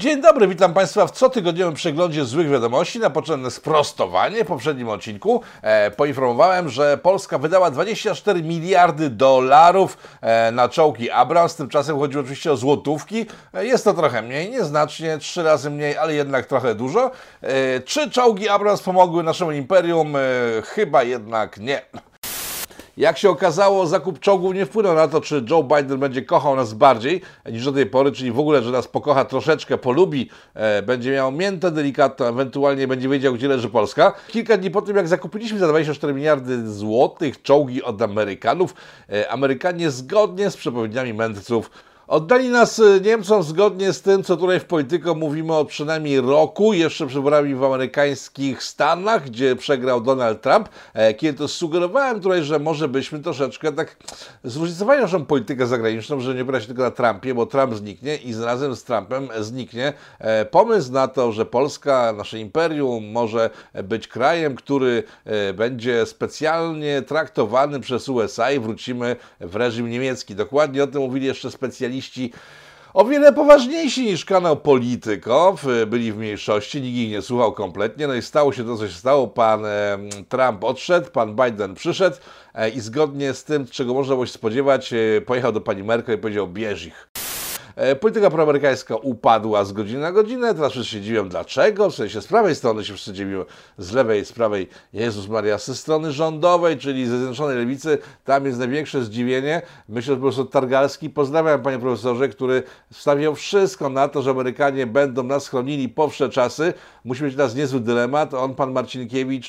Dzień dobry, witam Państwa w cotygodniowym przeglądzie złych wiadomości. Na początek sprostowanie. W poprzednim odcinku poinformowałem, że Polska wydała 24 miliardy dolarów na czołgi Abrams. Tymczasem chodzi oczywiście o złotówki. Jest to trochę mniej, nieznacznie, 3 razy mniej, ale jednak trochę dużo. Czy czołgi Abrams pomogły naszemu imperium? Chyba jednak nie. Jak się okazało, zakup czołgów nie wpłynął na to, czy Joe Biden będzie kochał nas bardziej niż do tej pory, czyli w ogóle, że nas pokocha troszeczkę, polubi, będzie miał miętę delikatną, ewentualnie będzie wiedział, gdzie leży Polska. Kilka dni po tym, jak zakupiliśmy za 24 miliardy złotych czołgi od Amerykanów, Amerykanie zgodnie z przepowiedniami mędrców oddali nas Niemcom zgodnie z tym, co tutaj w polityce mówimy od przynajmniej roku, jeszcze przed wyborami w amerykańskich Stanach, gdzie przegrał Donald Trump, kiedy to sugerowałem tutaj, że może byśmy troszeczkę tak zróżnicowali naszą politykę zagraniczną, że nie opiera się tylko na Trumpie, bo Trump zniknie i razem z Trumpem zniknie pomysł na to, że Polska, nasze imperium, może być krajem, który będzie specjalnie traktowany przez USA i wrócimy w reżim niemiecki. Dokładnie o tym mówili jeszcze specjaliści o wiele poważniejsi niż kanał Polityko, byli w mniejszości, nikt ich nie słuchał kompletnie, no i stało się to, co się stało, pan Trump odszedł, pan Biden przyszedł i zgodnie z tym, czego można było się spodziewać, pojechał do pani Merkel i powiedział: bierz ich. Polityka proamerykańska upadła z godziny na godzinę, teraz wszyscy się dziwią dlaczego, w sensie z prawej strony się wszyscy dziwią, z lewej, z prawej, Jezus Maria, ze strony rządowej, czyli ze Zjednoczonej Lewicy, tam jest największe zdziwienie. Myślę, że profesor Targalski, pozdrawiam panie profesorze, który stawiał wszystko na to, że Amerykanie będą nas chronili po wsze czasy. Musi być teraz niezły dylemat, on, pan Marcinkiewicz,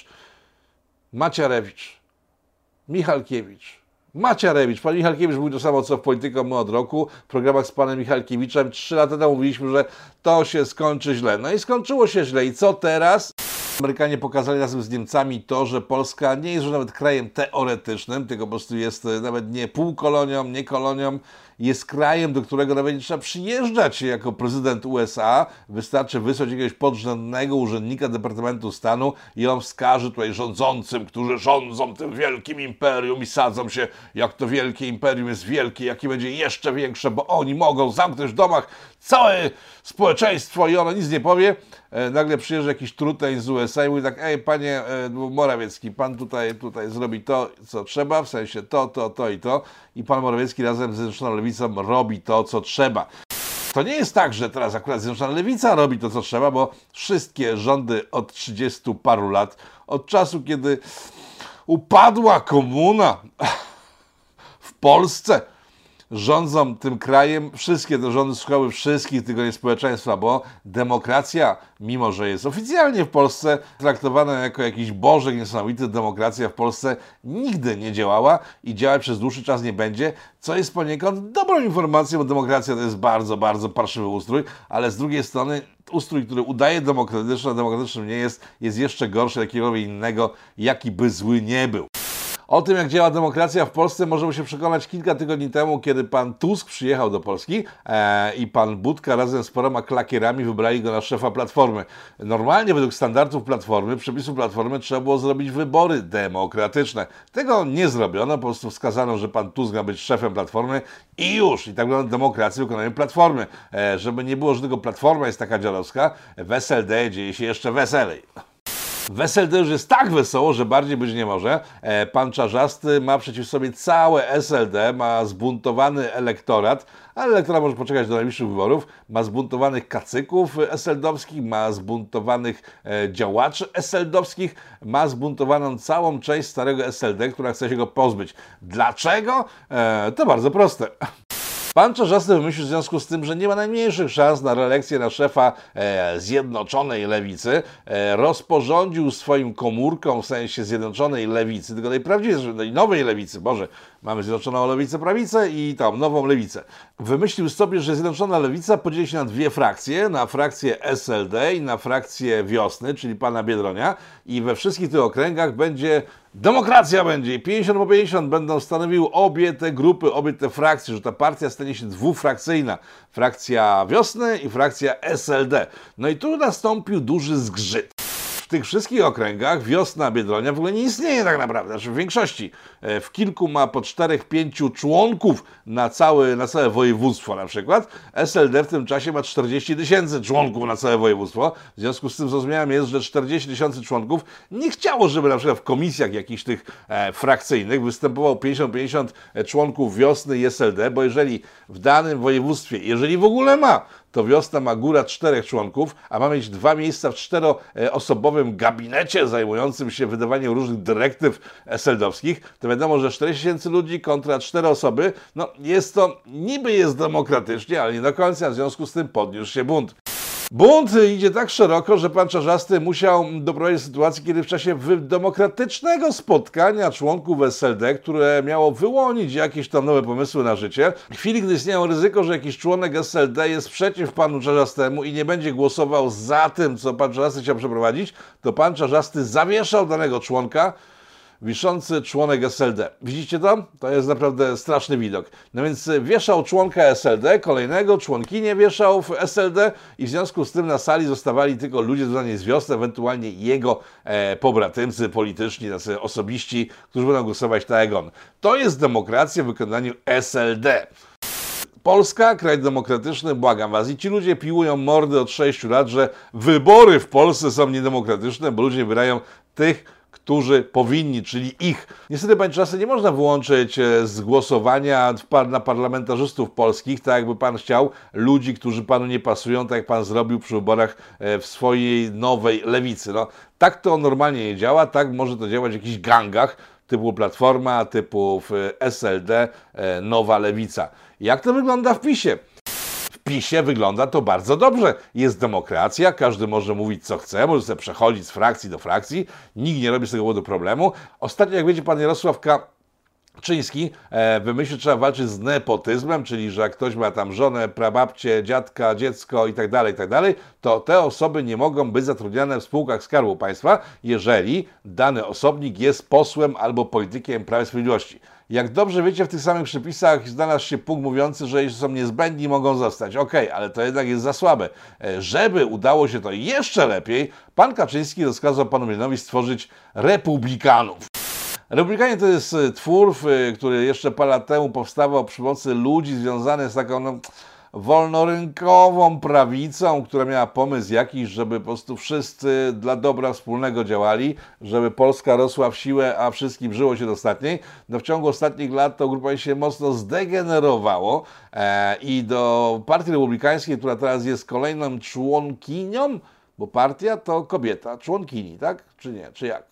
Macierewicz, Michalkiewicz, Macierewicz. Pan Michalkiewicz mówił to samo, co w Polityko my od roku. W programach z panem Michalkiewiczem 3 lata temu mówiliśmy, że to się skończy źle. No i skończyło się źle. I co teraz? Amerykanie pokazali razem z Niemcami to, że Polska nie jest już nawet krajem teoretycznym, tylko po prostu jest nawet nie półkolonią, nie kolonią, jest krajem, do którego nawet nie trzeba przyjeżdżać jako prezydent USA. Wystarczy wysłać jakiegoś podrzędnego urzędnika Departamentu Stanu i on wskaże tutaj rządzącym, którzy rządzą tym wielkim imperium i sadzą się, jak to wielkie imperium jest wielkie, jakie będzie jeszcze większe, bo oni mogą zamknąć w domach całe społeczeństwo i ono nic nie powie. Nagle przyjeżdża jakiś truteń z USA i mówi tak: ej, panie Morawiecki, pan tutaj zrobi to, co trzeba, w sensie to i to. I pan Morawiecki razem z Zjednoczoną Lewicą robi to, co trzeba. To nie jest tak, że teraz akurat Zjednoczona Lewica robi to, co trzeba, bo wszystkie rządy od 30 paru lat, od czasu, kiedy upadła komuna w Polsce, rządzą tym krajem, wszystkie te rządy słuchały wszystkich, tylko nie społeczeństwa, bo demokracja, mimo że jest oficjalnie w Polsce traktowana jako jakiś bożek niesamowity, demokracja w Polsce nigdy nie działała i działać przez dłuższy czas nie będzie, co jest poniekąd dobrą informacją, bo demokracja to jest bardzo, bardzo parszywy ustrój, ale z drugiej strony ustrój, który udaje demokratyczny, a demokratycznym nie jest, jest jeszcze gorszy jakiegoś innego, jaki by zły nie był. O tym, jak działa demokracja w Polsce, możemy się przekonać kilka tygodni temu, kiedy pan Tusk przyjechał do Polski i pan Budka razem z paroma klakierami wybrali go na szefa Platformy. Normalnie według standardów Platformy, przepisów Platformy trzeba było zrobić wybory demokratyczne. Tego nie zrobiono, po prostu wskazano, że pan Tusk ma być szefem Platformy i już. I tak wygląda demokracja w wykonaniu Platformy. Żeby nie było, że tylko Platforma jest taka dziadowska, w SLD dzieje się jeszcze weselej. W SLD już jest tak wesoło, że bardziej być nie może. Pan Czarzasty ma przeciw sobie całe SLD, ma zbuntowany elektorat, ale elektorat może poczekać do najbliższych wyborów. Ma zbuntowanych kacyków SLD-owskich, ma zbuntowanych działaczy SLD-owskich, ma zbuntowaną całą część starego SLD, która chce się go pozbyć. Dlaczego? To bardzo proste. Pan Czarzasty wymyślił w związku z tym, że nie ma najmniejszych szans na reelekcję na szefa Zjednoczonej Lewicy, rozporządził swoim komórkom, w sensie Zjednoczonej Lewicy, tylko tej prawdziwej, nowej Lewicy, Boże, mamy Zjednoczoną Lewicę, Prawicę i tą nową Lewicę. Wymyślił sobie, że Zjednoczona Lewica podzieli się na dwie frakcje, na frakcję SLD i na frakcję Wiosny, czyli pana Biedronia, i we wszystkich tych okręgach będzie demokracja będzie i 50/50 będą stanowiły obie te grupy, obie te frakcje, że ta partia stanie się dwufrakcyjna. Frakcja Wiosny i frakcja SLD. No i tu nastąpił duży zgrzyt. w tych wszystkich okręgach Wiosna Biedronia w ogóle nie istnieje tak naprawdę, znaczy w większości. W kilku ma po 4-5 członków na całe województwo na przykład. SLD w tym czasie ma 40 000 członków na całe województwo. W związku z tym zrozumiałem jest, że 40 000 członków nie chciało, żeby na przykład w komisjach jakichś tych frakcyjnych występowało 50-50 członków Wiosny i SLD, bo jeżeli w danym województwie, jeżeli w ogóle ma, to Wiosna ma góra 4 członków, a ma mieć 2 miejsca w 4-osobowym gabinecie zajmującym się wydawaniem różnych dyrektyw SLD-owskich, to wiadomo, że 40 000 ludzi kontra 4 osoby, no jest to, niby jest demokratycznie, ale nie do końca, w związku z tym podniósł się bunt. Bunt idzie tak szeroko, że pan Czarzasty musiał doprowadzić do sytuacji, kiedy w czasie demokratycznego spotkania członków SLD, które miało wyłonić jakieś tam nowe pomysły na życie, w chwili, gdy istniało ryzyko, że jakiś członek SLD jest przeciw panu Czarzastemu i nie będzie głosował za tym, co pan Czarzasty chciał przeprowadzić, to pan Czarzasty zawieszał danego członka, wiszący członek SLD. Widzicie to? To jest naprawdę straszny widok. No więc wieszał członka SLD, kolejnego członkinię wieszał w SLD i w związku z tym na sali zostawali tylko ludzie związani z Wiosną, ewentualnie jego pobratymcy polityczni, tacy osobiści, którzy będą głosować tak jak on. To jest demokracja w wykonaniu SLD. Polska, kraj demokratyczny, błagam was. I ci ludzie piłują mordy od 6 lat, że wybory w Polsce są niedemokratyczne, bo ludzie wybierają tych, którzy powinni, czyli ich. Niestety, panie Czasy, nie można wyłączyć z głosowania na parlamentarzystów polskich, tak jakby pan chciał, ludzi, którzy panu nie pasują, tak jak pan zrobił przy wyborach w swojej nowej lewicy. No, tak to normalnie nie działa, tak może to działać w jakichś gangach, typu Platforma, typu SLD, Nowa Lewica. Jak to wygląda w PiSie? W PiSie wygląda to bardzo dobrze. Jest demokracja, każdy może mówić co chce, może sobie przechodzić z frakcji do frakcji, nikt nie robi z tego powodu problemu. Ostatnio, jak wiecie, pan Jarosław Kaczyński wymyślił, że trzeba walczyć z nepotyzmem, czyli że jak ktoś ma tam żonę, prababcię, dziadka, dziecko i tak dalej, to te osoby nie mogą być zatrudniane w spółkach Skarbu Państwa, jeżeli dany osobnik jest posłem albo politykiem Prawa i Sprawiedliwości. Jak dobrze wiecie, w tych samych przepisach znalazł się punkt mówiący, że jeśli są niezbędni, mogą zostać. Okej, ale to jednak jest za słabe. Żeby udało się to jeszcze lepiej, pan Kaczyński rozkazał panu Milenowi stworzyć republikanów. Republikanie to jest twór, który jeszcze parę lat temu powstawał przy pomocy ludzi związanych z taką wolnorynkową prawicą, która miała pomysł jakiś, żeby po prostu wszyscy dla dobra wspólnego działali, żeby Polska rosła w siłę, a wszystkim żyło się dostatniej. No w ciągu ostatnich lat to ugrupowanie się mocno zdegenerowało i do Partii Republikańskiej, która teraz jest kolejną członkinią, bo partia to kobieta, członkini, tak? Czy nie? Czy jak?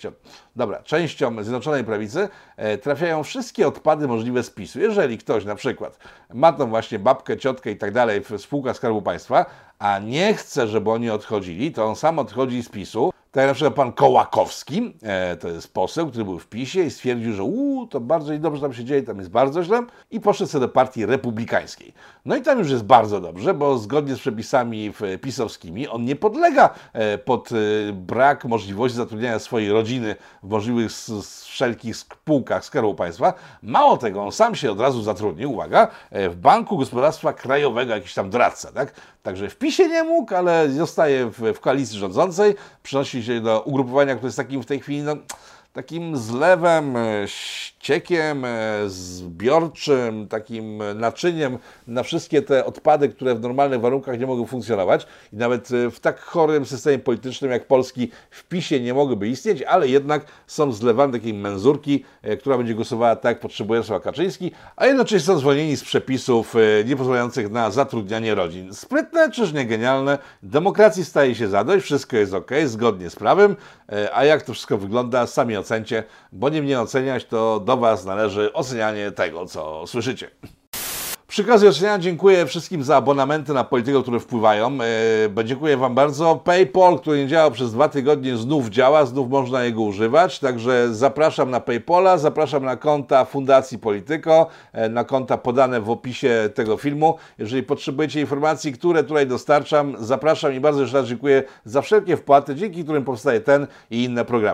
Częścią Zjednoczonej Prawicy trafiają wszystkie odpady możliwe z PiS-u. Jeżeli ktoś na przykład ma tą właśnie babkę, ciotkę i tak dalej w spółkach Skarbu Państwa, a nie chce, żeby oni odchodzili, to on sam odchodzi z PiS-u. Tak jak na przykład pan Kołakowski, to jest poseł, który był w PiS-ie i stwierdził, że to bardzo niedobrze tam się dzieje, tam jest bardzo źle i poszedł sobie do Partii Republikańskiej. No i tam już jest bardzo dobrze, bo zgodnie z przepisami pisowskimi on nie podlega pod brak możliwości zatrudniania swojej rodziny w możliwych wszelkich spółkach Skarbu Państwa. Mało tego, on sam się od razu zatrudnił, uwaga, w Banku Gospodarstwa Krajowego, jakiś tam doradca, tak? Także w PiSie nie mógł, ale zostaje w koalicji rządzącej, przynosi się do ugrupowania, które jest takim w tej chwili takim zlewem, ściekiem zbiorczym, takim naczyniem na wszystkie te odpady, które w normalnych warunkach nie mogą funkcjonować i nawet w tak chorym systemie politycznym jak Polski w PiSie nie mogłyby istnieć, ale jednak są zlewane takiej menzurki, która będzie głosowała tak, jak potrzebuje Jarosław Kaczyński, a jednocześnie są zwolnieni z przepisów niepozwalających na zatrudnianie rodzin. Sprytne, czyż nie genialne? Demokracji staje się zadość, wszystko jest ok, zgodnie z prawem, a jak to wszystko wygląda, sami ocencie, bo nie mnie oceniać, to do was należy ocenianie tego, co słyszycie. Przy okazji oceniania dziękuję wszystkim za abonamenty na Polityko, które wpływają. Dziękuję wam bardzo. PayPal, który nie działał przez 2 tygodnie, znów działa, znów można jego używać. Także zapraszam na PayPala, zapraszam na konta Fundacji Polityko, na konta podane w opisie tego filmu. Jeżeli potrzebujecie informacji, które tutaj dostarczam, zapraszam i bardzo jeszcze raz dziękuję za wszelkie wpłaty, dzięki którym powstaje ten i inne programy.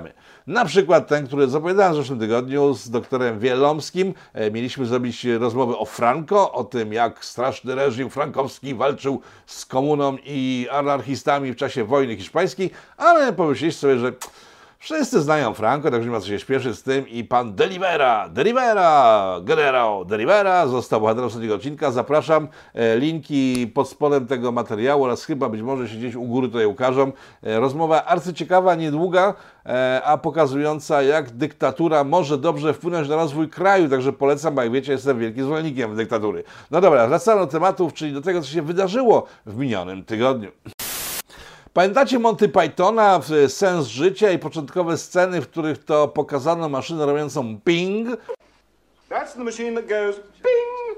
Na przykład ten, który zapowiadałem w zeszłym tygodniu z doktorem Wielomskim. Mieliśmy zrobić rozmowę o Franco, o tym, jak straszny reżim frankowski walczył z komuną i anarchistami w czasie wojny hiszpańskiej, ale pomyśleliście sobie, że wszyscy znają Franco, także nie ma co się śpieszyć z tym i pan de Rivera, generał de Rivera został bohaterem ostatniego odcinka. Zapraszam, linki pod spodem tego materiału oraz chyba być może się gdzieś u góry tutaj ukażą. Rozmowa arcyciekawa, niedługa, a pokazująca, jak dyktatura może dobrze wpłynąć na rozwój kraju, także polecam, bo jak wiecie, jestem wielkim zwolennikiem dyktatury. No dobra, wracamy do tematów, czyli do tego, co się wydarzyło w minionym tygodniu. Pamiętacie Monty Pythona, Sens życia i początkowe sceny, w których to pokazano maszynę robiącą ping? That's the machine that goes ping!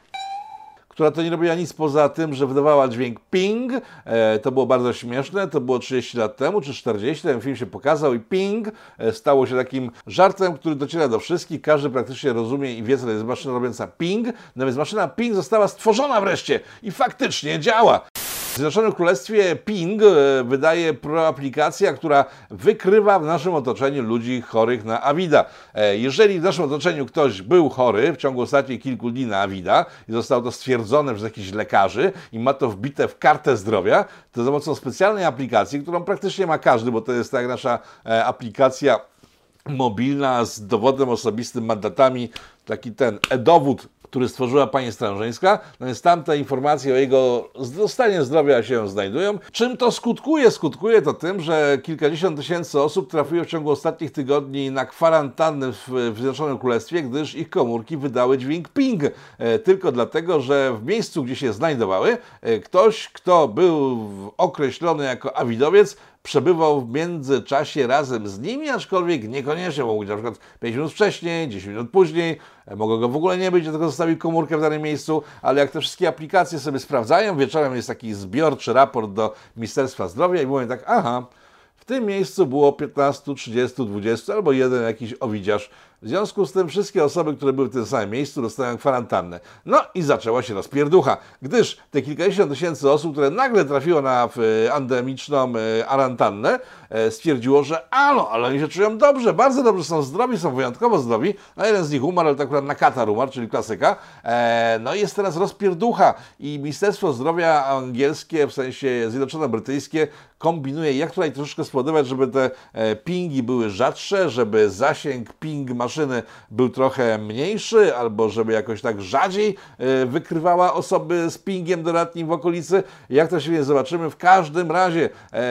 Która to nie robiła nic poza tym, że wydawała dźwięk ping. To było bardzo śmieszne, to było 30 lat temu, czy 40, ten film się pokazał i ping stało się takim żartem, który dociera do wszystkich. Każdy praktycznie rozumie i wie, co to jest maszyna robiąca ping. No więc maszyna ping została stworzona wreszcie i faktycznie działa. W Zjednoczonym Królestwie Ping wydaje proaplikacja, która wykrywa w naszym otoczeniu ludzi chorych na AVID-a. Jeżeli w naszym otoczeniu ktoś był chory w ciągu ostatnich kilku dni na AVID-a i zostało to stwierdzone przez jakichś lekarzy i ma to wbite w kartę zdrowia, to za pomocą specjalnej aplikacji, którą praktycznie ma każdy, bo to jest tak jak nasza aplikacja mobilna z dowodem osobistym, mandatami, taki ten e-dowód, który stworzyła pani Strążyńska, no więc tam te informacje o jego stanie zdrowia się znajdują. Czym to skutkuje? Skutkuje to tym, że kilkadziesiąt tysięcy osób trafiło w ciągu ostatnich tygodni na kwarantannę w Zjednoczonym Królestwie, gdyż ich komórki wydały dźwięk ping. Tylko dlatego, że w miejscu, gdzie się znajdowały, ktoś, kto był określony jako awidowiec, przebywał w międzyczasie razem z nimi, aczkolwiek niekoniecznie mógł być na przykład 5 minut wcześniej, 10 minut później, mogło go w ogóle nie być, tylko zostawił komórkę w danym miejscu, ale jak te wszystkie aplikacje sobie sprawdzają, wieczorem jest taki zbiorczy raport do Ministerstwa Zdrowia i mówią tak, aha, w tym miejscu było 15, 30, 20 albo jeden jakiś owidziarz. W związku z tym wszystkie osoby, które były w tym samym miejscu, dostają kwarantannę. No i zaczęła się rozpierducha, gdyż te kilkadziesiąt tysięcy osób, które nagle trafiło na endemiczną arantannę, stwierdziło, że ale oni się czują dobrze, bardzo dobrze, są zdrowi, są wyjątkowo zdrowi. No jeden z nich umarł, ale tak akurat na katar umarł, czyli klasyka. No i jest teraz rozpierducha i Ministerstwo Zdrowia angielskie, w sensie zjednoczone-brytyjskie, kombinuje, jak tutaj troszeczkę spowodować, żeby te pingi były rzadsze, żeby zasięg ping maszyny był trochę mniejszy, albo żeby jakoś tak rzadziej wykrywała osoby z pingiem dodatnim w okolicy. Jak to się zobaczymy. W każdym razie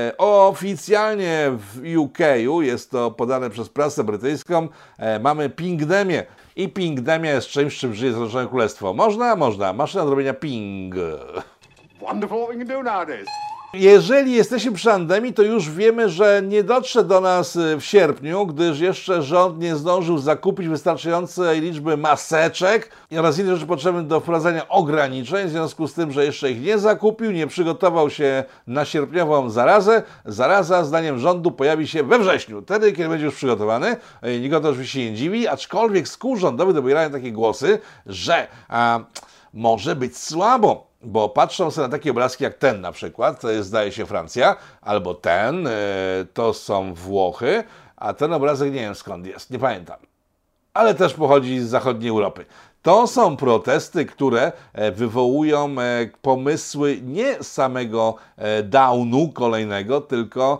oficjalnie w UK, jest to podane przez prasę brytyjską, mamy pingdemię. I pingdemia jest czymś, czym żyje Zjednoczone Królestwo. Można? Można. Maszyna do robienia ping. Wonderful what we can do nowadays. Jeżeli jesteśmy przy pandemii, to już wiemy, że nie dotrze do nas w sierpniu, gdyż jeszcze rząd nie zdążył zakupić wystarczającej liczby maseczek oraz innych rzeczy potrzebnych do wprowadzenia ograniczeń, w związku z tym, że jeszcze ich nie zakupił, nie przygotował się na sierpniową zarazę. Zaraza, zdaniem rządu, pojawi się we wrześniu, wtedy, kiedy będzie już przygotowany. Nikogo to oczywiście nie dziwi, aczkolwiek z kół rządowych dobierają takie głosy, że może być słabo. Bo patrzą sobie na takie obrazki jak ten na przykład, to jest, zdaje się, Francja, albo ten, to są Włochy, a ten obrazek nie wiem skąd jest, nie pamiętam. Ale też pochodzi z zachodniej Europy. To są protesty, które wywołują pomysły nie samego downu kolejnego, tylko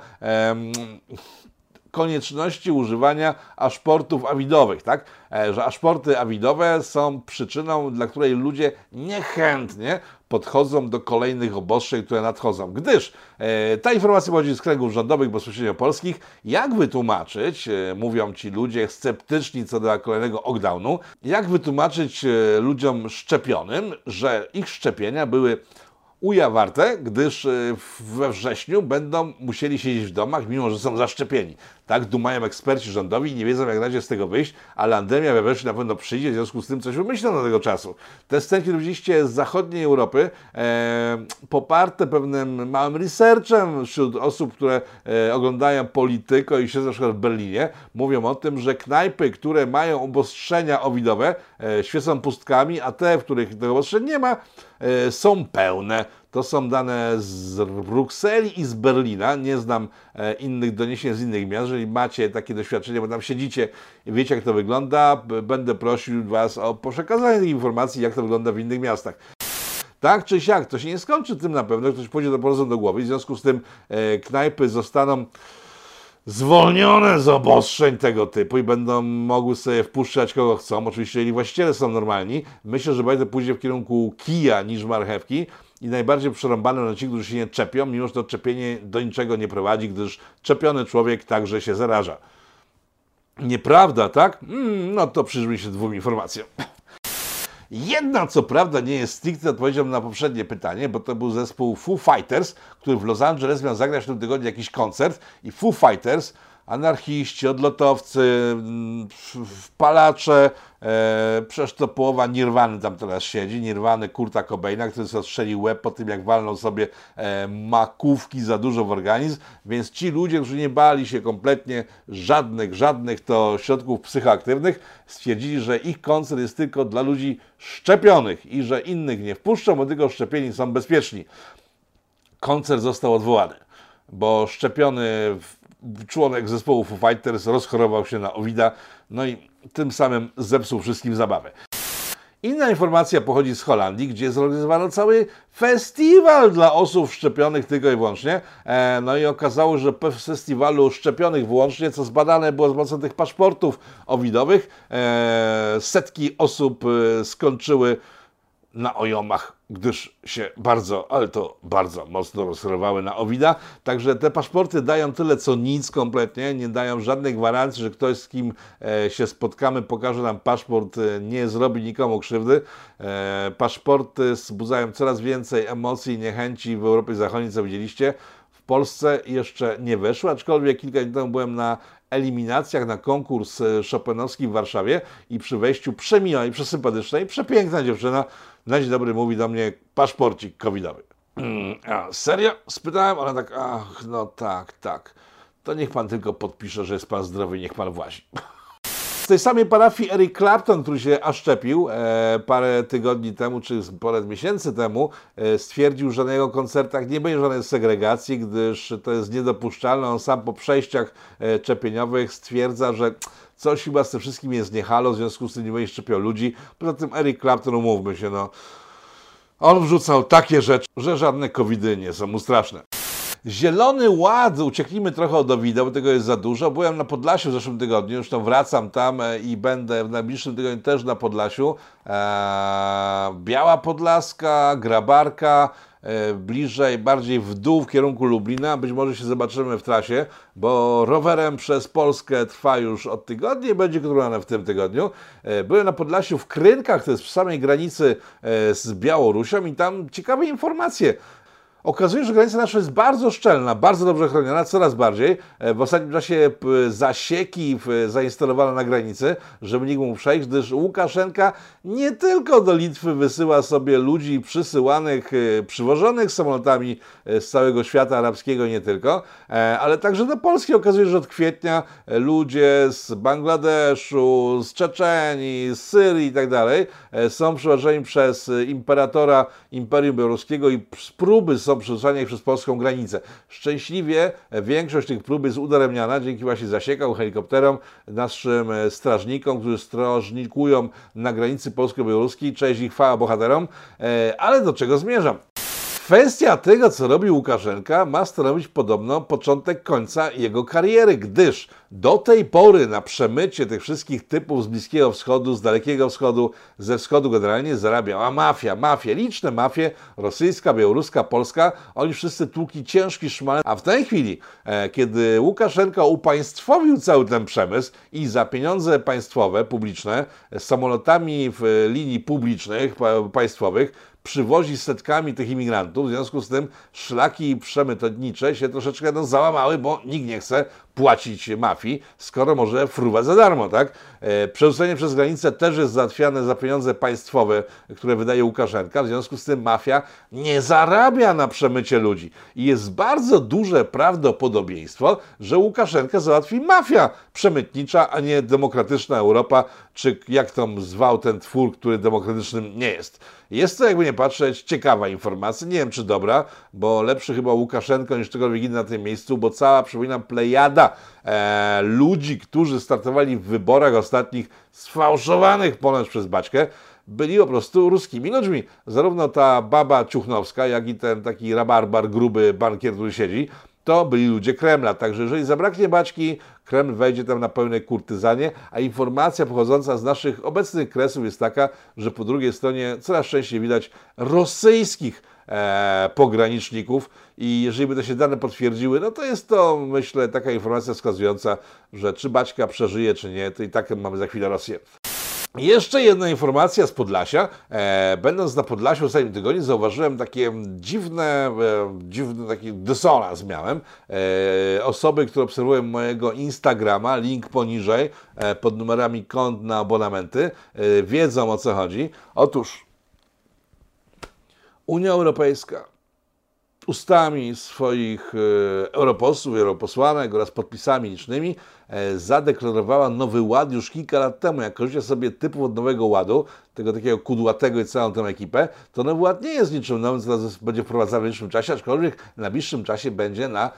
konieczności używania paszportów awidowych, tak? Że paszporty awidowe są przyczyną, dla której ludzie niechętnie podchodzą do kolejnych obostrzeń, które nadchodzą. Gdyż ta informacja pochodzi z kręgów rządowych, bezpośrednio polskich. Jak wytłumaczyć, mówią ci ludzie sceptyczni co do kolejnego lockdownu, jak wytłumaczyć ludziom szczepionym, że ich szczepienia były ujawarte, gdyż we wrześniu będą musieli siedzieć w domach, mimo że są zaszczepieni. Tak dumają eksperci rządowi i nie wiedzą, jak na razie z tego wyjść, ale pandemia we wrześniu na pewno przyjdzie, w związku z tym coś wymyślą do tego czasu. Te scenki, które widzieliście z zachodniej Europy, poparte pewnym małym researchem wśród osób, które oglądają Polityko i siedzą na przykład w Berlinie, mówią o tym, że knajpy, które mają obostrzenia owidowe, świecą pustkami, a te, w których tego obostrzeń nie ma, są pełne. To są dane z Brukseli i z Berlina. Nie znam innych doniesień z innych miast. Jeżeli macie takie doświadczenie, bo tam siedzicie i wiecie, jak to wygląda, będę prosił Was o przekazanie tych informacji, jak to wygląda w innych miastach. Tak czy siak, to się nie skończy tym na pewno, ktoś pójdzie do porozum do głowy, w związku z tym knajpy zostaną zwolnione z obostrzeń tego typu i będą mogły sobie wpuszczać kogo chcą. Oczywiście, jeżeli właściciele są normalni, myślę, że będzie pójdzie w kierunku kija niż marchewki i najbardziej przerąbane na ci, którzy się nie czepią, mimo że to czepienie do niczego nie prowadzi, gdyż czepiony człowiek także się zaraża. Nieprawda, tak? No to przyjrzyj się dwóm informacjom. Jedna, co prawda, nie jest stricte odpowiedzią na poprzednie pytanie, bo to był zespół Foo Fighters, który w Los Angeles miał zagrać w tym tygodniu jakiś koncert i Foo Fighters, anarchiści, odlotowcy, wpalacze, przecież to połowa Nirwany tam teraz siedzi, Nirwany Kurta Cobaina, który sobie strzelił łeb po tym, jak walnął sobie makówki za dużo w organizm, więc ci ludzie, którzy nie bali się kompletnie żadnych to środków psychoaktywnych, stwierdzili, że ich koncert jest tylko dla ludzi szczepionych i że innych nie wpuszczą, bo tylko szczepieni są bezpieczni. Koncert został odwołany, bo szczepiony członek zespołu Foo Fighters rozchorował się na OVID-a, no i tym samym zepsuł wszystkim zabawę. Inna informacja pochodzi z Holandii, gdzie zorganizowano cały festiwal dla osób szczepionych tylko i wyłącznie. No i okazało się, że po festiwalu szczepionych wyłącznie, co zbadane było z pomocą tych paszportów OVID-owych, setki osób skończyły na ojomach, gdyż się bardzo, ale to bardzo mocno rozchorowały na OVID-a. Także te paszporty dają tyle co nic kompletnie, nie dają żadnej gwarancji, że ktoś, z kim się spotkamy, pokaże nam paszport, nie zrobi nikomu krzywdy. Paszporty wzbudzają coraz więcej emocji i niechęci w Europie Zachodniej, co widzieliście. W Polsce jeszcze nie weszły, aczkolwiek kilka dni temu byłem na eliminacjach na konkurs chopinowski w Warszawie i przy wejściu przemiłej, przesympatycznej, przepiękna dziewczyna na dzień dobry mówi do mnie paszporcik covidowy. Serio? Spytałem, ona tak, ach, no tak. To niech pan tylko podpisze, że jest pan zdrowy i niech pan włazi. Z tej samej parafii Eric Clapton, który się zaszczepił parę tygodni temu, czy parę miesięcy temu, stwierdził, że na jego koncertach nie będzie żadnej segregacji, gdyż to jest niedopuszczalne. On sam po przejściach szczepieniowych stwierdza, że coś chyba z tym wszystkim jest nie halo, w związku z tym nie będzie szczepiał ludzi. Poza tym Eric Clapton, umówmy się, no, on wrzucał takie rzeczy, że żadne covidy nie są mu straszne. Zielony Ład, ucieknijmy trochę od OVID-a, bo tego jest za dużo. Byłem na Podlasiu w zeszłym tygodniu, zresztą wracam tam i będę w najbliższym tygodniu też na Podlasiu. Biała Podlaska, Grabarka, bliżej, bardziej w dół w kierunku Lublina. Być może się zobaczymy w trasie, bo rowerem przez Polskę trwa już od tygodnia i będzie kontynuowane w tym tygodniu. Byłem na Podlasiu w Krynkach, to jest przy samej granicy z Białorusią i tam ciekawe informacje. Okazuje się, że granica nasza jest bardzo szczelna, bardzo dobrze chroniona, coraz bardziej. W ostatnim czasie zasieki zainstalowano na granicy, żeby nikt mógł przejść, gdyż Łukaszenka nie tylko do Litwy wysyła sobie ludzi przysyłanych, przywożonych samolotami z całego świata arabskiego, nie tylko, ale także do Polski. Okazuje się, że od kwietnia ludzie z Bangladeszu, z Czeczenii, z Syrii i tak dalej są przywożeni przez imperatora Imperium Białoruskiego i próby są przerzucania ich przez polską granicę. Szczęśliwie większość tych prób jest udaremniana dzięki właśnie zasiekom, helikopterom, naszym strażnikom, którzy strażnikują na granicy polsko-białoruskiej. Cześć ich chwała bohaterom. Ale do czego zmierzam? Kwestia tego, co robi Łukaszenka, ma stanowić podobno początek końca jego kariery, gdyż do tej pory na przemycie tych wszystkich typów z Bliskiego Wschodu, z Dalekiego Wschodu, ze Wschodu generalnie zarabiała mafia, liczne mafie, rosyjska, białoruska, polska, oni wszyscy tłukli ciężki szmal, a w tej chwili, kiedy Łukaszenka upaństwowił cały ten przemysł i za pieniądze państwowe, publiczne, z samolotami w linii publicznych, państwowych, przywozi setkami tych imigrantów, w związku z tym szlaki przemytnicze się troszeczkę załamały, bo nikt nie chce płacić mafii, skoro może fruwać za darmo, tak? Przerzucenie przez granicę też jest załatwiane za pieniądze państwowe, które wydaje Łukaszenka, w związku z tym mafia nie zarabia na przemycie ludzi. I jest bardzo duże prawdopodobieństwo, że Łukaszenkę załatwi mafia przemytnicza, a nie demokratyczna Europa, czy jak tam zwał ten twór, który demokratycznym nie jest. Jest to, jakby nie patrzeć, ciekawa informacja. Nie wiem, czy dobra, bo lepszy chyba Łukaszenko niż ktokolwiek inny na tym miejscu, bo cała, przypominam, plejada ludzi, którzy startowali w wyborach ostatnich, sfałszowanych ponoć przez Baćkę, byli po prostu ruskimi ludźmi. Zarówno ta baba Ciuchnowska, jak i ten taki rabarbar, gruby bankier, który siedzi, to byli ludzie Kremla. Także jeżeli zabraknie Baćki, Kreml wejdzie tam na pełnej kurtyzanie, a informacja pochodząca z naszych obecnych kresów jest taka, że po drugiej stronie coraz częściej widać rosyjskich pograniczników i jeżeli by to się dane potwierdziły, no to jest to, myślę, taka informacja wskazująca, że czy Baćka przeżyje, czy nie, to i tak mamy za chwilę Rosję. Jeszcze jedna informacja z Podlasia. Będąc na Podlasiu w ostatnim tygodniu zauważyłem takie dziwny taki dysonans miałem. Osoby, które obserwują mojego Instagrama, link poniżej, pod numerami kont na abonamenty, wiedzą, o co chodzi. Otóż Unia Europejska ustami swoich europosłów, europosłanek oraz podpisami licznymi zadeklarowała Nowy Ład już kilka lat temu. Jak kojarzycie sobie typów od Nowego Ładu, tego takiego kudłatego i całą tę ekipę, to Nowy Ład nie jest niczym nowym, co teraz będzie wprowadzany w najbliższym czasie, aczkolwiek w najbliższym czasie będzie na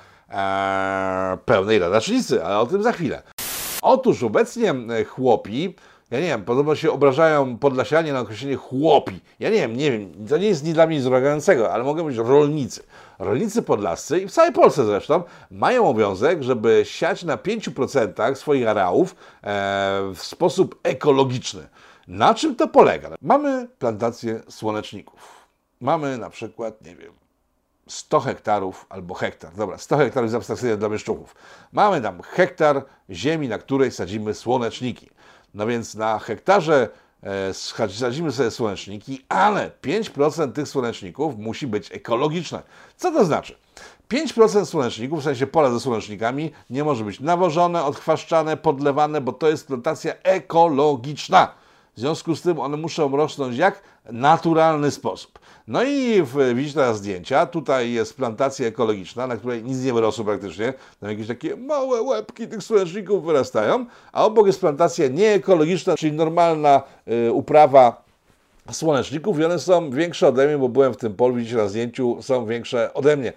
pełnej radacznicy, ale o tym za chwilę. Otóż obecnie chłopi, ja nie wiem, podobno się obrażają Podlasianie na określenie chłopi. Ja nie wiem, to nie jest dla mnie nic uragającego, ale mogą być rolnicy. Rolnicy podlascy i w całej Polsce zresztą mają obowiązek, żeby siać na 5% swoich areałów w sposób ekologiczny. Na czym to polega? Mamy plantację słoneczników. Mamy na przykład, nie wiem, 100 hektarów albo hektar. Dobra, 100 hektarów jest abstrakcyjne dla mieszczuchów. Mamy tam hektar ziemi, na której sadzimy słoneczniki. No więc na hektarze sadzimy sobie słoneczniki, ale 5% tych słoneczników musi być ekologiczne. Co to znaczy? 5% słoneczników, w sensie pola ze słonecznikami, nie może być nawożone, odchwaszczane, podlewane, bo to jest plantacja ekologiczna. W związku z tym one muszą rosnąć jak naturalny sposób. No i widzicie teraz zdjęcia, tutaj jest plantacja ekologiczna, na której nic nie wyrosło praktycznie, tam jakieś takie małe łebki tych słoneczników wyrastają, a obok jest plantacja nieekologiczna, czyli normalna uprawa słoneczników i one są większe ode mnie, bo byłem w tym polu, widzicie na zdjęciu, są większe ode mnie.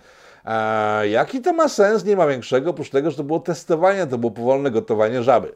Jaki to ma sens? Nie ma większego, oprócz tego, że to było testowanie, to było powolne gotowanie żaby.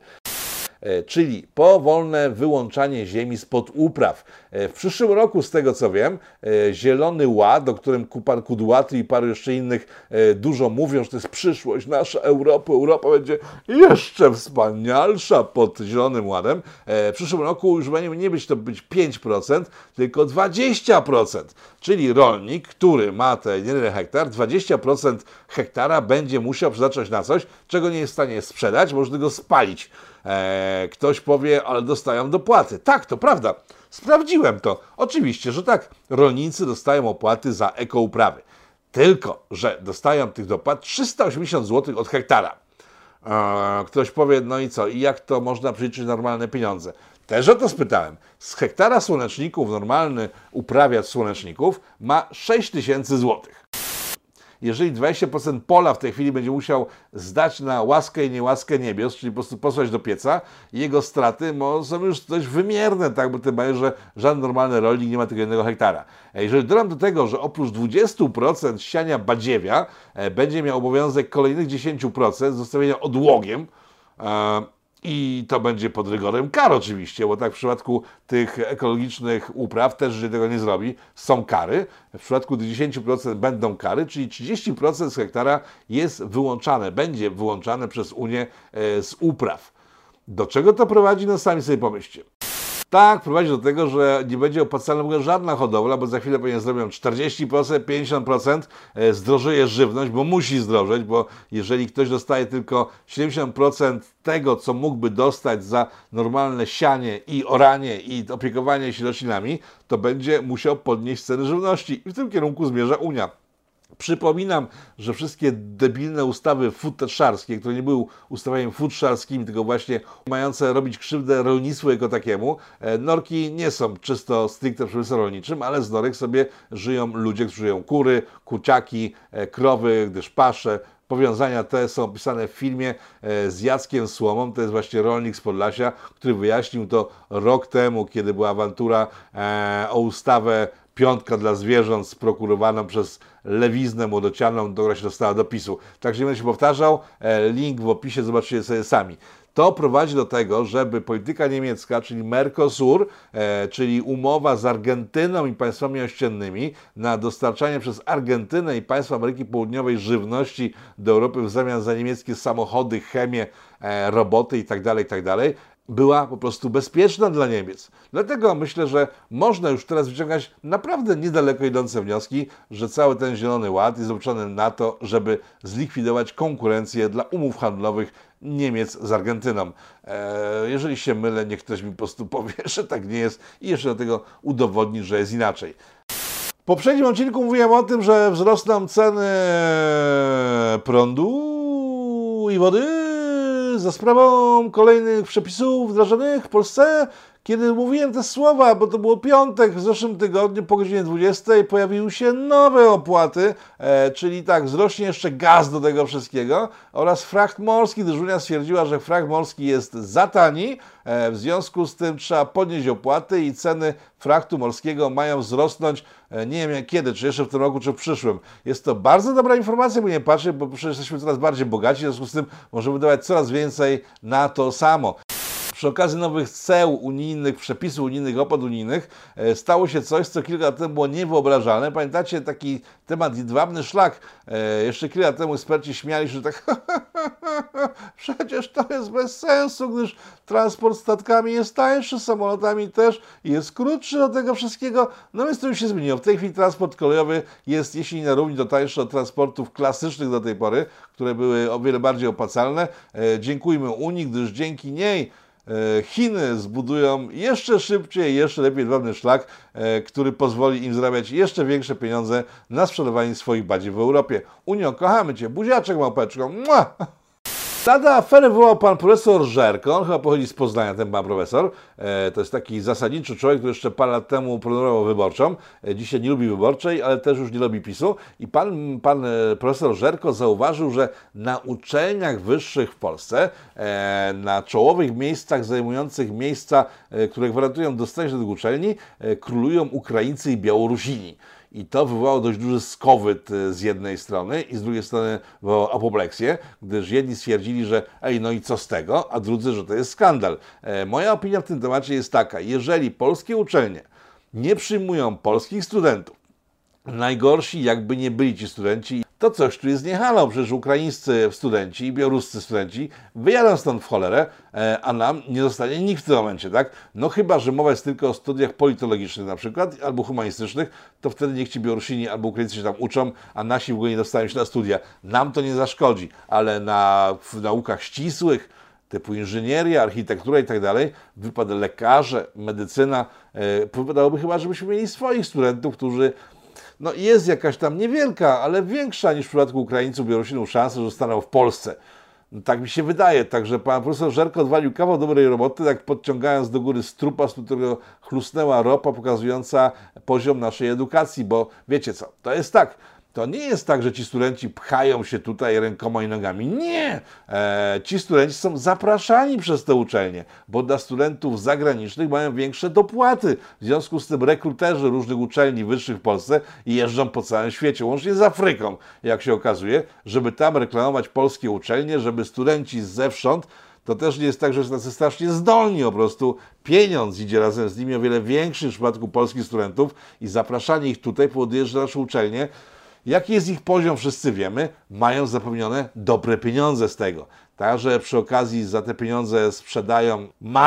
Czyli powolne wyłączanie ziemi spod upraw. W przyszłym roku, z tego co wiem, Zielony Ład, o którym pan Kudłaty i paru jeszcze innych dużo mówią, że to jest przyszłość nasza Europy, Europa będzie jeszcze wspanialsza pod Zielonym Ładem. W przyszłym roku już będzie nie być 5%, tylko 20%. Czyli rolnik, który ma ten 1 hektar, 20% hektara będzie musiał przeznaczać na coś, czego nie jest w stanie sprzedać, może tego spalić. Ktoś powie, ale dostają dopłaty. Tak, to prawda. Sprawdziłem to. Oczywiście, że tak. Rolnicy dostają opłaty za ekouprawy. Tylko że dostają tych dopłat 380 zł od hektara. Ktoś powie, no i co? I jak to można przeliczyć normalne pieniądze? Też o to spytałem. Z hektara słoneczników normalny uprawiacz słoneczników ma 6000 złotych. Jeżeli 20% pola w tej chwili będzie musiał zdać na łaskę i niełaskę niebios, czyli po prostu posłać do pieca, jego straty są już dość wymierne, tak, bo tym bardziej, że żaden normalny rolnik nie ma tylko 1 hektara. Jeżeli dodam do tego, że oprócz 20% siania badziewia będzie miał obowiązek kolejnych 10% zostawienia odłogiem, i to będzie pod rygorem kar oczywiście, bo tak w przypadku tych ekologicznych upraw też, jeżeli tego nie zrobi, są kary. W przypadku tych 10% będą kary, czyli 30% z hektara jest wyłączane, będzie wyłączane przez Unię z upraw. Do czego to prowadzi? No sami sobie pomyślcie. Tak, prowadzi do tego, że nie będzie opłacalna w ogóle żadna hodowla, bo za chwilę pewnie zrobią 40%, 50%, zdrożeje żywność, bo musi zdrożeć, bo jeżeli ktoś dostaje tylko 70% tego, co mógłby dostać za normalne sianie i oranie i opiekowanie się roślinami, to będzie musiał podnieść ceny żywności i w tym kierunku zmierza Unia. Przypominam, że wszystkie debilne ustawy futrzarskie, które nie były ustawami futrzarskimi, tylko właśnie mające robić krzywdę rolnictwu jako takiemu, norki nie są czysto stricte przemysłem rolniczym, ale z norek sobie żyją ludzie, którzy żyją kury, kurciaki, krowy, gdyż pasze. Powiązania te są opisane w filmie z Jackiem Słomą, to jest właśnie rolnik z Podlasia, który wyjaśnił to rok temu, kiedy była awantura o ustawę piątka dla zwierząt sprokurowaną przez lewiznę młodocianą, która się dostała do PiS-u. Także nie będę się powtarzał, link w opisie, zobaczycie sobie sami. To prowadzi do tego, żeby polityka niemiecka, czyli Mercosur, czyli umowa z Argentyną i państwami ościennymi na dostarczanie przez Argentynę i państwa Ameryki Południowej żywności do Europy w zamian za niemieckie samochody, chemię, roboty itd., była po prostu bezpieczna dla Niemiec. Dlatego myślę, że można już teraz wyciągać naprawdę niedaleko idące wnioski, że cały ten Zielony Ład jest obrócony na to, żeby zlikwidować konkurencję dla umów handlowych Niemiec z Argentyną. Jeżeli się mylę, niech ktoś mi po prostu powie, że tak nie jest i jeszcze do tego udowodni, że jest inaczej. W poprzednim odcinku mówiłem o tym, że wzrosną ceny prądu i wody za sprawą kolejnych przepisów wdrażanych w Polsce. Kiedy mówiłem te słowa, bo to było piątek, w zeszłym tygodniu po godzinie 20 pojawiły się nowe opłaty, czyli tak, wzrośnie jeszcze gaz do tego wszystkiego oraz fracht morski, gdyż Unia stwierdziła, że fracht morski jest za tani, w związku z tym trzeba podnieść opłaty i ceny frachtu morskiego mają wzrosnąć, nie wiem kiedy, czy jeszcze w tym roku, czy w przyszłym. Jest to bardzo dobra informacja, bo nie patrzę, bo przecież jesteśmy coraz bardziej bogaci, w związku z tym możemy dawać coraz więcej na to samo. Przy okazji nowych ceł unijnych, przepisów unijnych, opłat unijnych stało się coś, co kilka lat temu było niewyobrażalne. Pamiętacie taki temat jedwabny szlak? Jeszcze kilka lat temu eksperci śmiali się, że tak przecież to jest bez sensu, gdyż transport statkami jest tańszy, samolotami też i jest krótszy do tego wszystkiego. No więc to już się zmieniło. W tej chwili transport kolejowy jest, jeśli nie na równi, to tańszy od transportów klasycznych do tej pory, które były o wiele bardziej opłacalne. Dziękujmy Unii, gdyż dzięki niej Chiny zbudują jeszcze szybciej, jeszcze lepiej jedwabny szlak, który pozwoli im zarabiać jeszcze większe pieniądze na sprzedawanie swoich badziew w Europie. Unio, kochamy Cię, buziaczek małpeczką. Mua! Lada aferę wywołał pan profesor Żerko, on chyba pochodzi z Poznania, ten pan profesor. To jest taki zasadniczy człowiek, który jeszcze parę lat temu promował Wyborczą. Dzisiaj nie lubi Wyborczej, ale też już nie lubi PiS-u. I pan profesor Żerko zauważył, że na uczelniach wyższych w Polsce, na czołowych miejscach zajmujących miejsca, które gwarantują dostępność do tych uczelni, królują Ukraińcy i Białorusini. I to wywołało dość duży skowyt z jednej strony i z drugiej strony wywołało apopleksję, gdyż jedni stwierdzili, że no i co z tego, a drudzy, że to jest skandal. Moja opinia w tym temacie jest taka, jeżeli polskie uczelnie nie przyjmują polskich studentów, najgorsi jakby nie byli ci studenci, to coś tu jest niehalo, przecież ukraińscy studenci i białoruscy studenci wyjadą stąd w cholerę, a nam nie zostanie nikt w tym momencie, tak? No chyba, że mowa jest tylko o studiach politologicznych na przykład, albo humanistycznych, to wtedy niech ci Białorusini albo Ukraińcy się tam uczą, a nasi w ogóle nie dostają się na studia. Nam to nie zaszkodzi, ale w naukach ścisłych, typu inżynieria, architektura i tak dalej, wypad lekarze, medycyna, wypadałoby chyba, żebyśmy mieli swoich studentów, którzy no jest jakaś tam niewielka, ale większa niż w przypadku Ukraińców, Białorusinów szansa, że zostaną w Polsce. No, tak mi się wydaje. Także pan profesor Żerko odwalił kawał dobrej roboty, tak podciągając do góry strupa, z którego chlusnęła ropa, pokazująca poziom naszej edukacji, bo wiecie co, to jest tak. To nie jest tak, że ci studenci pchają się tutaj rękoma i nogami. Nie! Ci studenci są zapraszani przez te uczelnie, bo dla studentów zagranicznych mają większe dopłaty. W związku z tym rekruterzy różnych uczelni wyższych w Polsce jeżdżą po całym świecie, łącznie z Afryką, jak się okazuje, żeby tam reklamować polskie uczelnie, żeby studenci zewsząd. To też nie jest tak, że są tacy strasznie zdolni, po prostu pieniądz idzie razem z nimi o wiele większy niż w przypadku polskich studentów i zapraszanie ich tutaj powoduje, że nasze uczelnie, jaki jest ich poziom, wszyscy wiemy, mają zapewnione dobre pieniądze z tego. Także przy okazji za te pieniądze sprzedają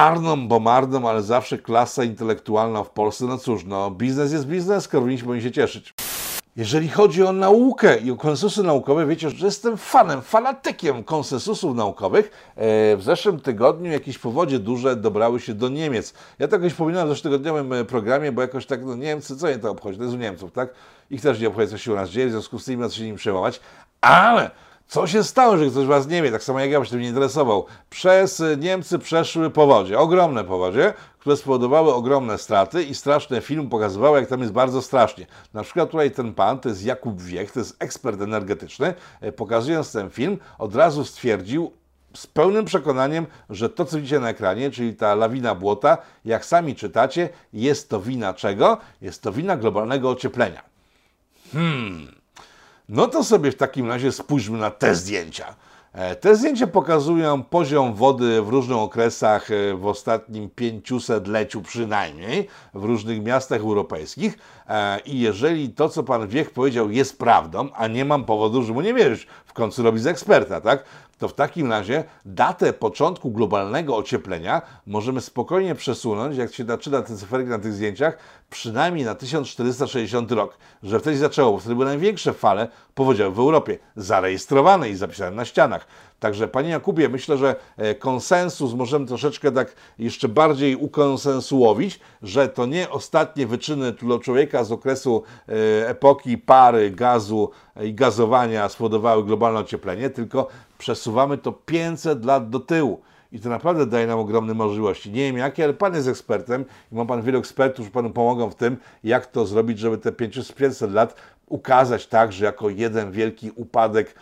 marną, ale zawsze klasę intelektualną w Polsce. No cóż, no biznes jest biznes, korownicy powinni się cieszyć. Jeżeli chodzi o naukę i o konsensusy naukowe, wiecie, że jestem fanatykiem konsensusów naukowych. W zeszłym tygodniu jakieś powodzie duże dobrały się do Niemiec. Ja to jakoś wspominałem w zeszłotygodniowym programie, bo jakoś tak, no Niemcy, co je to obchodzi? To jest u Niemców, tak? Ich też nie obchodzi, co się u nas dzieje, w związku z tym nie ma co się nim przejmować. Ale co się stało, że ktoś was nie wie, tak samo jak ja bym się tym nie interesował. Przez Niemcy przeszły powodzie, ogromne powodzie, które spowodowały ogromne straty i straszne filmy pokazywały, jak tam jest bardzo strasznie. Na przykład tutaj ten pan, to jest Jakub Wiech, to jest ekspert energetyczny, pokazując ten film, od razu stwierdził z pełnym przekonaniem, że to, co widzicie na ekranie, czyli ta lawina błota, jak sami czytacie, jest to wina czego? Jest to wina globalnego ocieplenia. No to sobie w takim razie spójrzmy na te zdjęcia. Te zdjęcia pokazują poziom wody w różnych okresach w ostatnim 500-leciu przynajmniej w różnych miastach europejskich i jeżeli to, co pan Wiech powiedział, jest prawdą, a nie mam powodu, żeby mu nie wierzyć, w końcu robi z eksperta, tak? To w takim razie datę początku globalnego ocieplenia możemy spokojnie przesunąć, jak się czyta te cyferki na tych zdjęciach, przynajmniej na 1460 rok, że wtedy zaczęło, bo wtedy były największe fale powodziowe w Europie, zarejestrowane i zapisane na ścianach. Także panie Jakubie, myślę, że konsensus możemy troszeczkę tak jeszcze bardziej ukonsensuowić, że to nie ostatnie wyczyny człowieka z okresu epoki pary, gazu i gazowania spowodowały globalne ocieplenie, tylko przesuwamy to 500 lat do tyłu. I to naprawdę daje nam ogromne możliwości. Nie wiem jakie, ale pan jest ekspertem i ma pan wielu ekspertów, którzy panu pomogą w tym, jak to zrobić, żeby te 500 lat ukazać także jako jeden wielki upadek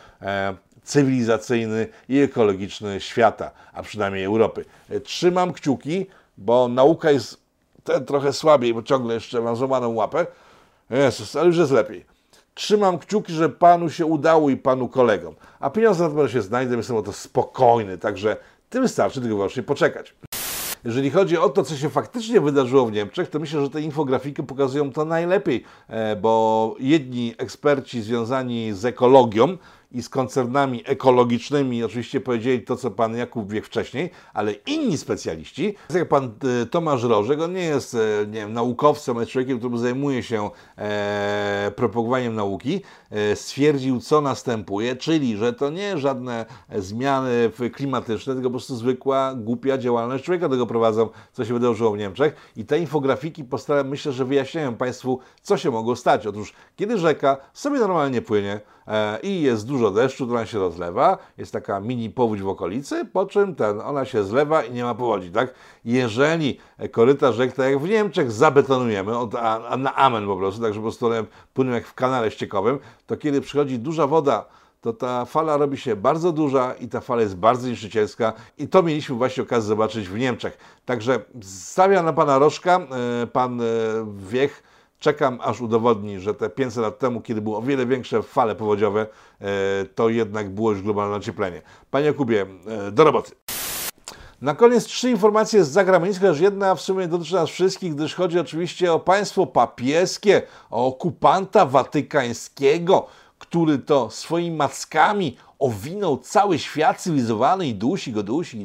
cywilizacyjny i ekologiczny świata, a przynajmniej Europy. Trzymam kciuki, bo nauka jest trochę słabiej, bo ciągle jeszcze mam złamaną łapę. Jezus, ale już jest lepiej. Trzymam kciuki, że panu się udało i panu kolegom. A pieniądze na pewno się znajdą, jestem o to spokojny, także tym wystarczy tylko wyłącznie poczekać. Jeżeli chodzi o to, co się faktycznie wydarzyło w Niemczech, to myślę, że te infografiki pokazują to najlepiej, bo jedni eksperci związani z ekologią i z koncernami ekologicznymi oczywiście powiedzieli to, co pan Jakub Wiech wcześniej, ale inni specjaliści, tak jak pan Tomasz Rożek, on nie jest nie wiem, naukowcem, ale człowiekiem, który zajmuje się propagowaniem nauki, stwierdził, co następuje, czyli, że to nie żadne zmiany klimatyczne, tylko po prostu zwykła, głupia działalność człowieka tego prowadzą, co się wydarzyło w Niemczech. I te infografiki myślę, że wyjaśniają państwu, co się mogło stać. Otóż, kiedy rzeka sobie normalnie płynie i jest dużo deszczu, to ona się rozlewa, jest taka mini powódź w okolicy, po czym ona się zlewa i nie ma powodzi, tak? Jeżeli koryta rzek, tak jak w Niemczech, zabetonujemy na amen po prostu, tak, że po prostu one płyną jak w kanale ściekowym, to kiedy przychodzi duża woda, to ta fala robi się bardzo duża i ta fala jest bardzo niszczycielska i to mieliśmy właśnie okazję zobaczyć w Niemczech. Także stawiam na pana Rożka, pan Wiech, czekam aż udowodni, że te 500 lat temu, kiedy były o wiele większe fale powodziowe, to jednak było już globalne ocieplenie. Panie Jakubie, do roboty. Na koniec 3 informacje z zagranicy, chociaż jedna w sumie dotyczy nas wszystkich, gdyż chodzi oczywiście o państwo papieskie, o okupanta watykańskiego, który to swoimi mackami owinął cały świat cywilizowany i dusi go, dusi.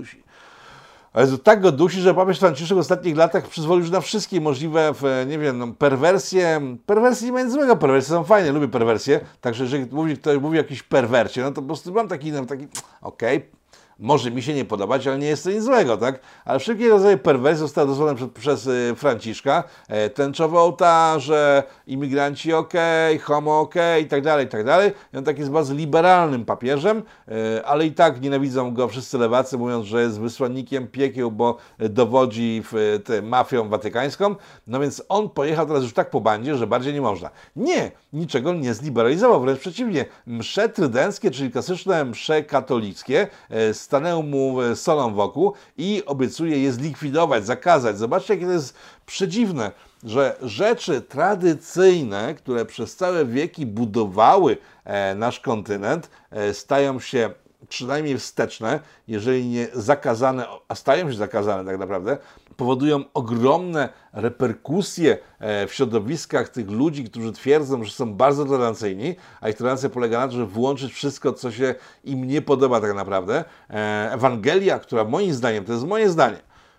Ale tak go dusi, że papież Franciszek w ostatnich latach przyzwolił już na wszystkie możliwe, nie wiem, no, perwersje nie ma nic złego, perwersje są fajne, lubię perwersje, także jeżeli ktoś mówi o jakiejś perwersie, no to po prostu mam taki okej, może mi się nie podobać, ale nie jest to nic złego, tak? Ale wszelkie rodzaje perwersje zostały dozwolone przez Franciszka. Tęczowe ołtarze, imigranci homo i tak dalej, i tak dalej. I on tak jest bardzo liberalnym papieżem, ale i tak nienawidzą go wszyscy lewacy, mówiąc, że jest wysłannikiem piekieł, bo dowodzi mafią watykańską. No więc on pojechał teraz już tak po bandzie, że bardziej nie można. Nie, niczego nie zliberalizował, wręcz przeciwnie. Msze trydenckie, czyli klasyczne msze katolickie, stanęły mu solą wokół i obiecuje je zlikwidować, zakazać. Zobaczcie, jakie to jest przedziwne, że rzeczy tradycyjne, które przez całe wieki budowały nasz kontynent, stają się przynajmniej wsteczne, jeżeli nie zakazane, a stają się zakazane tak naprawdę, powodują ogromne reperkusje w środowiskach tych ludzi, którzy twierdzą, że są bardzo tolerancyjni, a ich tolerancja polega na tym, żeby włączyć wszystko, co się im nie podoba tak naprawdę. Ewangelia, która moim zdaniem, to jest moje zdanie,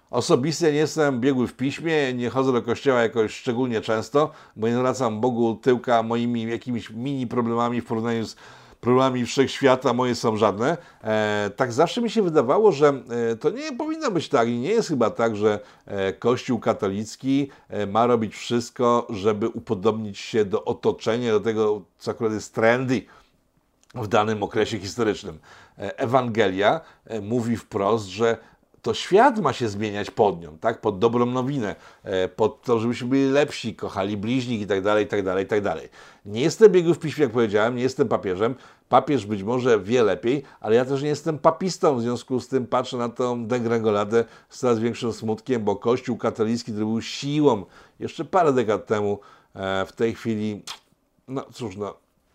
Osobiście nie jestem biegły w piśmie, nie chodzę do kościoła jakoś szczególnie często, bo nie zwracam Bogu tyłka moimi jakimiś mini problemami w porównaniu z problemami wszechświata, moje są żadne. Tak zawsze mi się wydawało, że to nie powinno być tak i nie jest chyba tak, że Kościół katolicki ma robić wszystko, żeby upodobnić się do otoczenia, do tego, co akurat jest trendy w danym okresie historycznym. Ewangelia mówi wprost, że to świat ma się zmieniać pod nią, tak? Pod dobrą nowinę, pod to, żebyśmy byli lepsi, kochali bliźnich i tak dalej, i tak dalej, i tak dalej. Nie jestem biegły w piśmie, jak powiedziałem, nie jestem papieżem. Papież być może wie lepiej, ale ja też nie jestem papistą, w związku z tym patrzę na tą degrengoladę z coraz większym smutkiem, bo Kościół katolicki, który był siłą jeszcze parę dekad temu, w tej chwili, no cóż, no,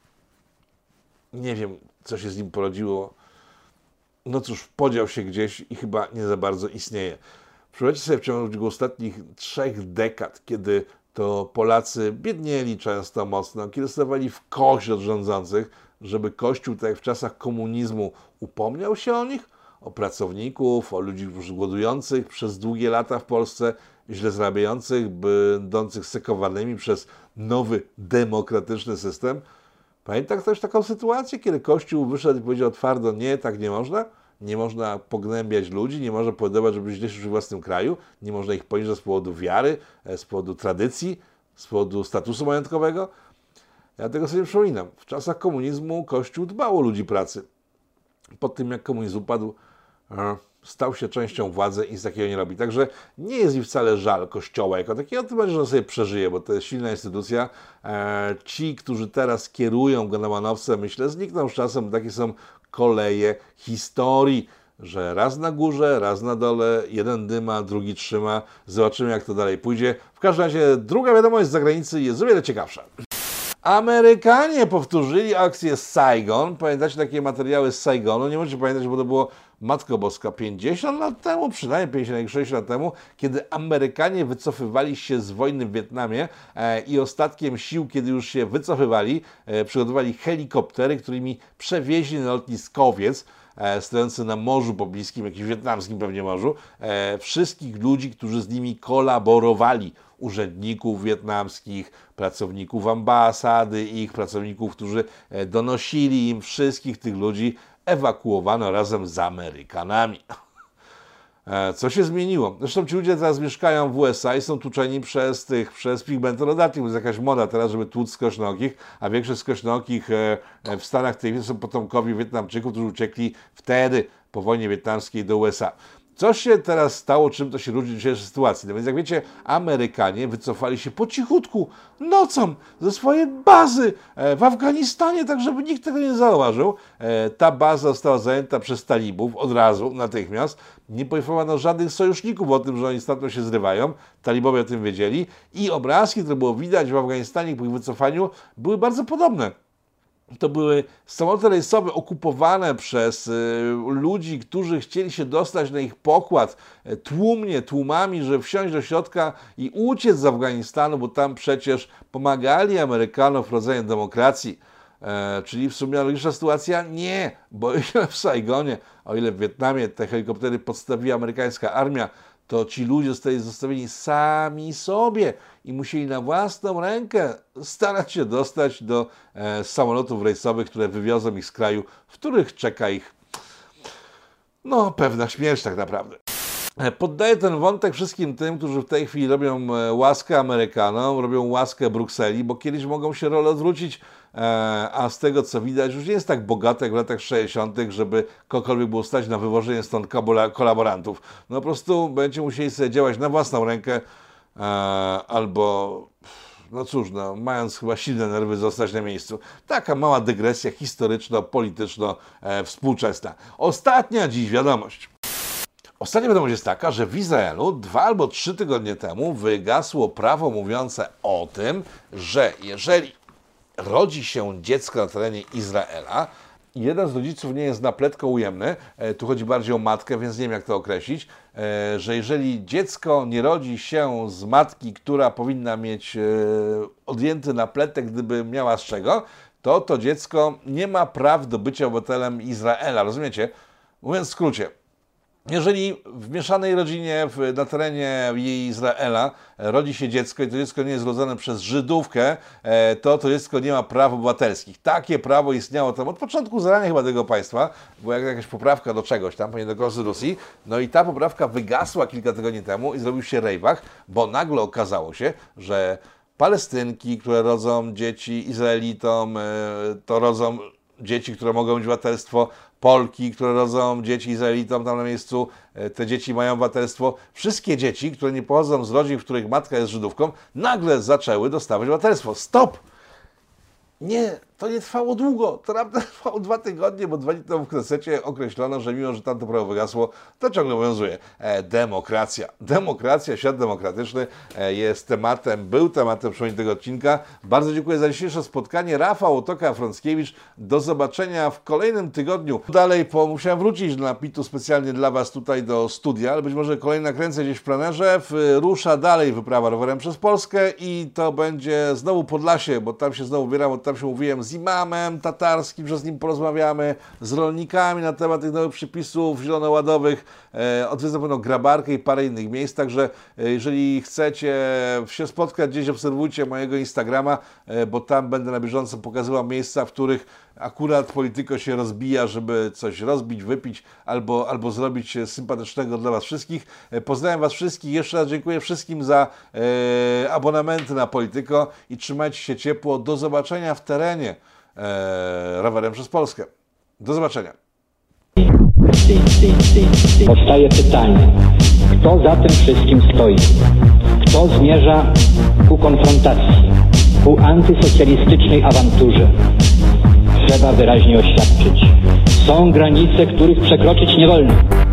nie wiem, co się z nim porodziło. No cóż, podział się gdzieś i chyba nie za bardzo istnieje. Przypomnijcie sobie w ciągu ostatnich 3 dekad, kiedy to Polacy biednieli często mocno, kiedy stawali w kość od rządzących, żeby Kościół, tak jak w czasach komunizmu, upomniał się o nich, o pracowników, o ludzi głodujących przez długie lata w Polsce, źle zarabiających, będących sekowanymi przez nowy, demokratyczny system. Pamięta ktoś taką sytuację, kiedy Kościół wyszedł i powiedział twardo, nie, tak nie można? Nie można pognębiać ludzi, nie można powodować, żeby źle żyli w własnym kraju, nie można ich poniżać z powodu wiary, z powodu tradycji, z powodu statusu majątkowego. Ja tego sobie przypominam. W czasach komunizmu Kościół dbał o ludzi pracy. Po tym, jak komunizm upadł, stał się częścią władzy i nic takiego nie robi. Także nie jest mi wcale żal Kościoła jako takiego, tym bardziej, że on sobie przeżyje, bo to jest silna instytucja. Ci, którzy teraz kierują go na manowce, myślę, znikną z czasem. Takie są koleje historii, że raz na górze, raz na dole, jeden dyma, drugi trzyma. Zobaczymy, jak to dalej pójdzie. W każdym razie druga wiadomość z zagranicy jest o wiele ciekawsza. Amerykanie powtórzyli akcję z Saigon. Pamiętacie takie materiały z Saigonu? Nie możecie pamiętać, bo to było, Matko Boska, 50 lat temu, przynajmniej 56 lat temu, kiedy Amerykanie wycofywali się z wojny w Wietnamie i ostatkiem sił, kiedy już się wycofywali, przygotowali helikoptery, którymi przewieźli na lotniskowiec stojący na morzu pobliskim, jakimś wietnamskim pewnie morzu, wszystkich ludzi, którzy z nimi kolaborowali. Urzędników wietnamskich, pracowników ambasady, ich pracowników, którzy donosili im, wszystkich tych ludzi ewakuowano razem z Amerykanami. Co się zmieniło? Zresztą ci ludzie teraz mieszkają w USA i są tłuczeni przez pigmentorodatnych. To jest jakaś moda teraz, żeby tłuc skośnookich, a większość skośnookich w Stanach tej są potomkowie Wietnamczyków, którzy uciekli wtedy po wojnie wietnamskiej do USA. Co się teraz stało, czym to się różni dzisiejszej sytuacji? No więc jak wiecie, Amerykanie wycofali się po cichutku, nocą, ze swojej bazy w Afganistanie, tak żeby nikt tego nie zauważył. Ta baza została zajęta przez talibów od razu, natychmiast. Nie poinformowano żadnych sojuszników o tym, że oni stamtąd się zrywają. Talibowie o tym wiedzieli. I obrazki, które było widać w Afganistanie po ich wycofaniu, były bardzo podobne. To były samoloty rejsowe okupowane przez ludzi, którzy chcieli się dostać na ich pokład tłumami, żeby wsiąść do środka i uciec z Afganistanu, bo tam przecież pomagali Amerykanom w rodzaju demokracji. Czyli w sumie logiczna sytuacja? Nie, bo o ile w Saigonie, o ile w Wietnamie te helikoptery podstawiła amerykańska armia, to ci ludzie zostali zostawieni sami sobie i musieli na własną rękę starać się dostać do samolotów rejsowych, które wywiozą ich z kraju, w których czeka ich no pewna śmierć tak naprawdę. Poddaję ten wątek wszystkim tym, którzy w tej chwili robią łaskę Amerykanom, robią łaskę Brukseli, bo kiedyś mogą się role odwrócić, a z tego co widać już nie jest tak bogate jak w latach 60., żeby kogokolwiek było stać na wywożenie stąd kolaborantów. No po prostu będziecie musieli sobie działać na własną rękę albo, no cóż, no, mając chyba silne nerwy zostać na miejscu. Taka mała dygresja historyczno-polityczno-współczesna. Ostatnia dziś wiadomość. Ostatnia wiadomość jest taka, że w Izraelu 2 albo 3 tygodnie temu wygasło prawo mówiące o tym, że jeżeli rodzi się dziecko na terenie Izraela i jeden z rodziców nie jest napletko ujemny, tu chodzi bardziej o matkę, więc nie wiem jak to określić, że jeżeli dziecko nie rodzi się z matki, która powinna mieć odjęty napletek, gdyby miała z czego, to dziecko nie ma praw do bycia obywatelem Izraela, rozumiecie? Mówiąc w skrócie, Jeżeli w mieszanej rodzinie na terenie Izraela rodzi się dziecko i to dziecko nie jest rodzone przez Żydówkę, to dziecko nie ma praw obywatelskich. Takie prawo istniało tam od początku zarania chyba tego państwa, była jakaś poprawka do czegoś tam, pewnie do konstytucji, no i ta poprawka wygasła kilka tygodni temu i zrobił się rejwach, bo nagle okazało się, że Palestynki, które rodzą dzieci Izraelitom, to rodzą dzieci, które mogą mieć obywatelstwo, Polki, które rodzą dzieci Izraelitom tam na miejscu, te dzieci mają obywatelstwo. Wszystkie dzieci, które nie pochodzą z rodzin, w których matka jest Żydówką, nagle zaczęły dostawać obywatelstwo. Stop! Nie, to nie trwało długo. To naprawdę trwało 2 tygodnie, bo 2 dni temu w Knesecie określono, że mimo, że tamto prawo wygasło, to ciągle obowiązuje. Demokracja. Demokracja, świat demokratyczny jest tematem, był tematem przynajmniej tego odcinka. Bardzo dziękuję za dzisiejsze spotkanie. Rafał Otoka-Frąckiewicz. Do zobaczenia w kolejnym tygodniu. Dalej, musiałem wrócić na PIT-u specjalnie dla Was tutaj do studia, ale być może kolejne nakręcę gdzieś w plenerze. Rusza dalej wyprawa rowerem przez Polskę i to będzie znowu Podlasie, bo tam się znowu ubieram, tam się mówiłem z imamem tatarskim, że z nim porozmawiamy, z rolnikami na temat tych nowych przepisów zielonoładowych, odwiedzę pewną Grabarkę i parę innych miejsc, także jeżeli chcecie się spotkać gdzieś, obserwujcie mojego Instagrama, bo tam będę na bieżąco pokazywał miejsca, w których akurat Polityko się rozbija, żeby coś rozbić, wypić albo zrobić sympatycznego dla Was wszystkich. Pozdrawiam Was wszystkich, jeszcze raz dziękuję wszystkim za abonamenty na Polityko i trzymajcie się ciepło. Do zobaczenia w terenie rowerem przez Polskę. Do zobaczenia. Powstaje pytanie, kto za tym wszystkim stoi? Kto zmierza ku konfrontacji, ku antysocjalistycznej awanturze? Trzeba wyraźnie oświadczyć. Są granice, których przekroczyć nie wolno.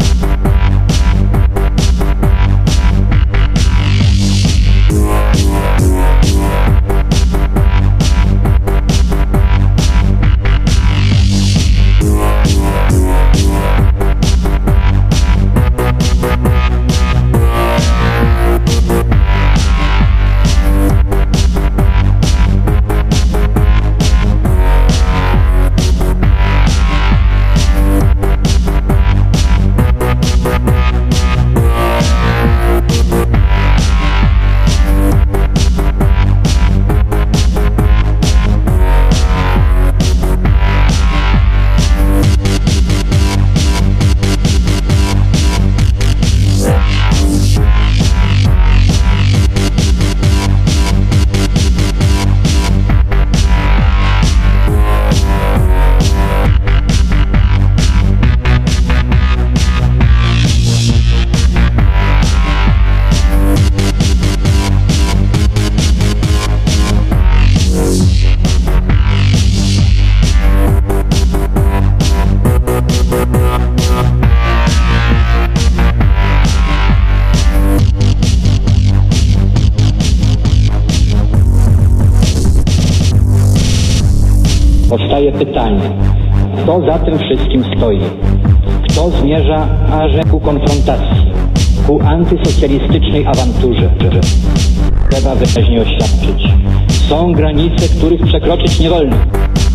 Powstaje pytanie, kto za tym wszystkim stoi? Kto zmierza ku konfrontacji, ku antysocjalistycznej awanturze? Trzeba wyraźnie oświadczyć. Są granice, których przekroczyć nie wolno.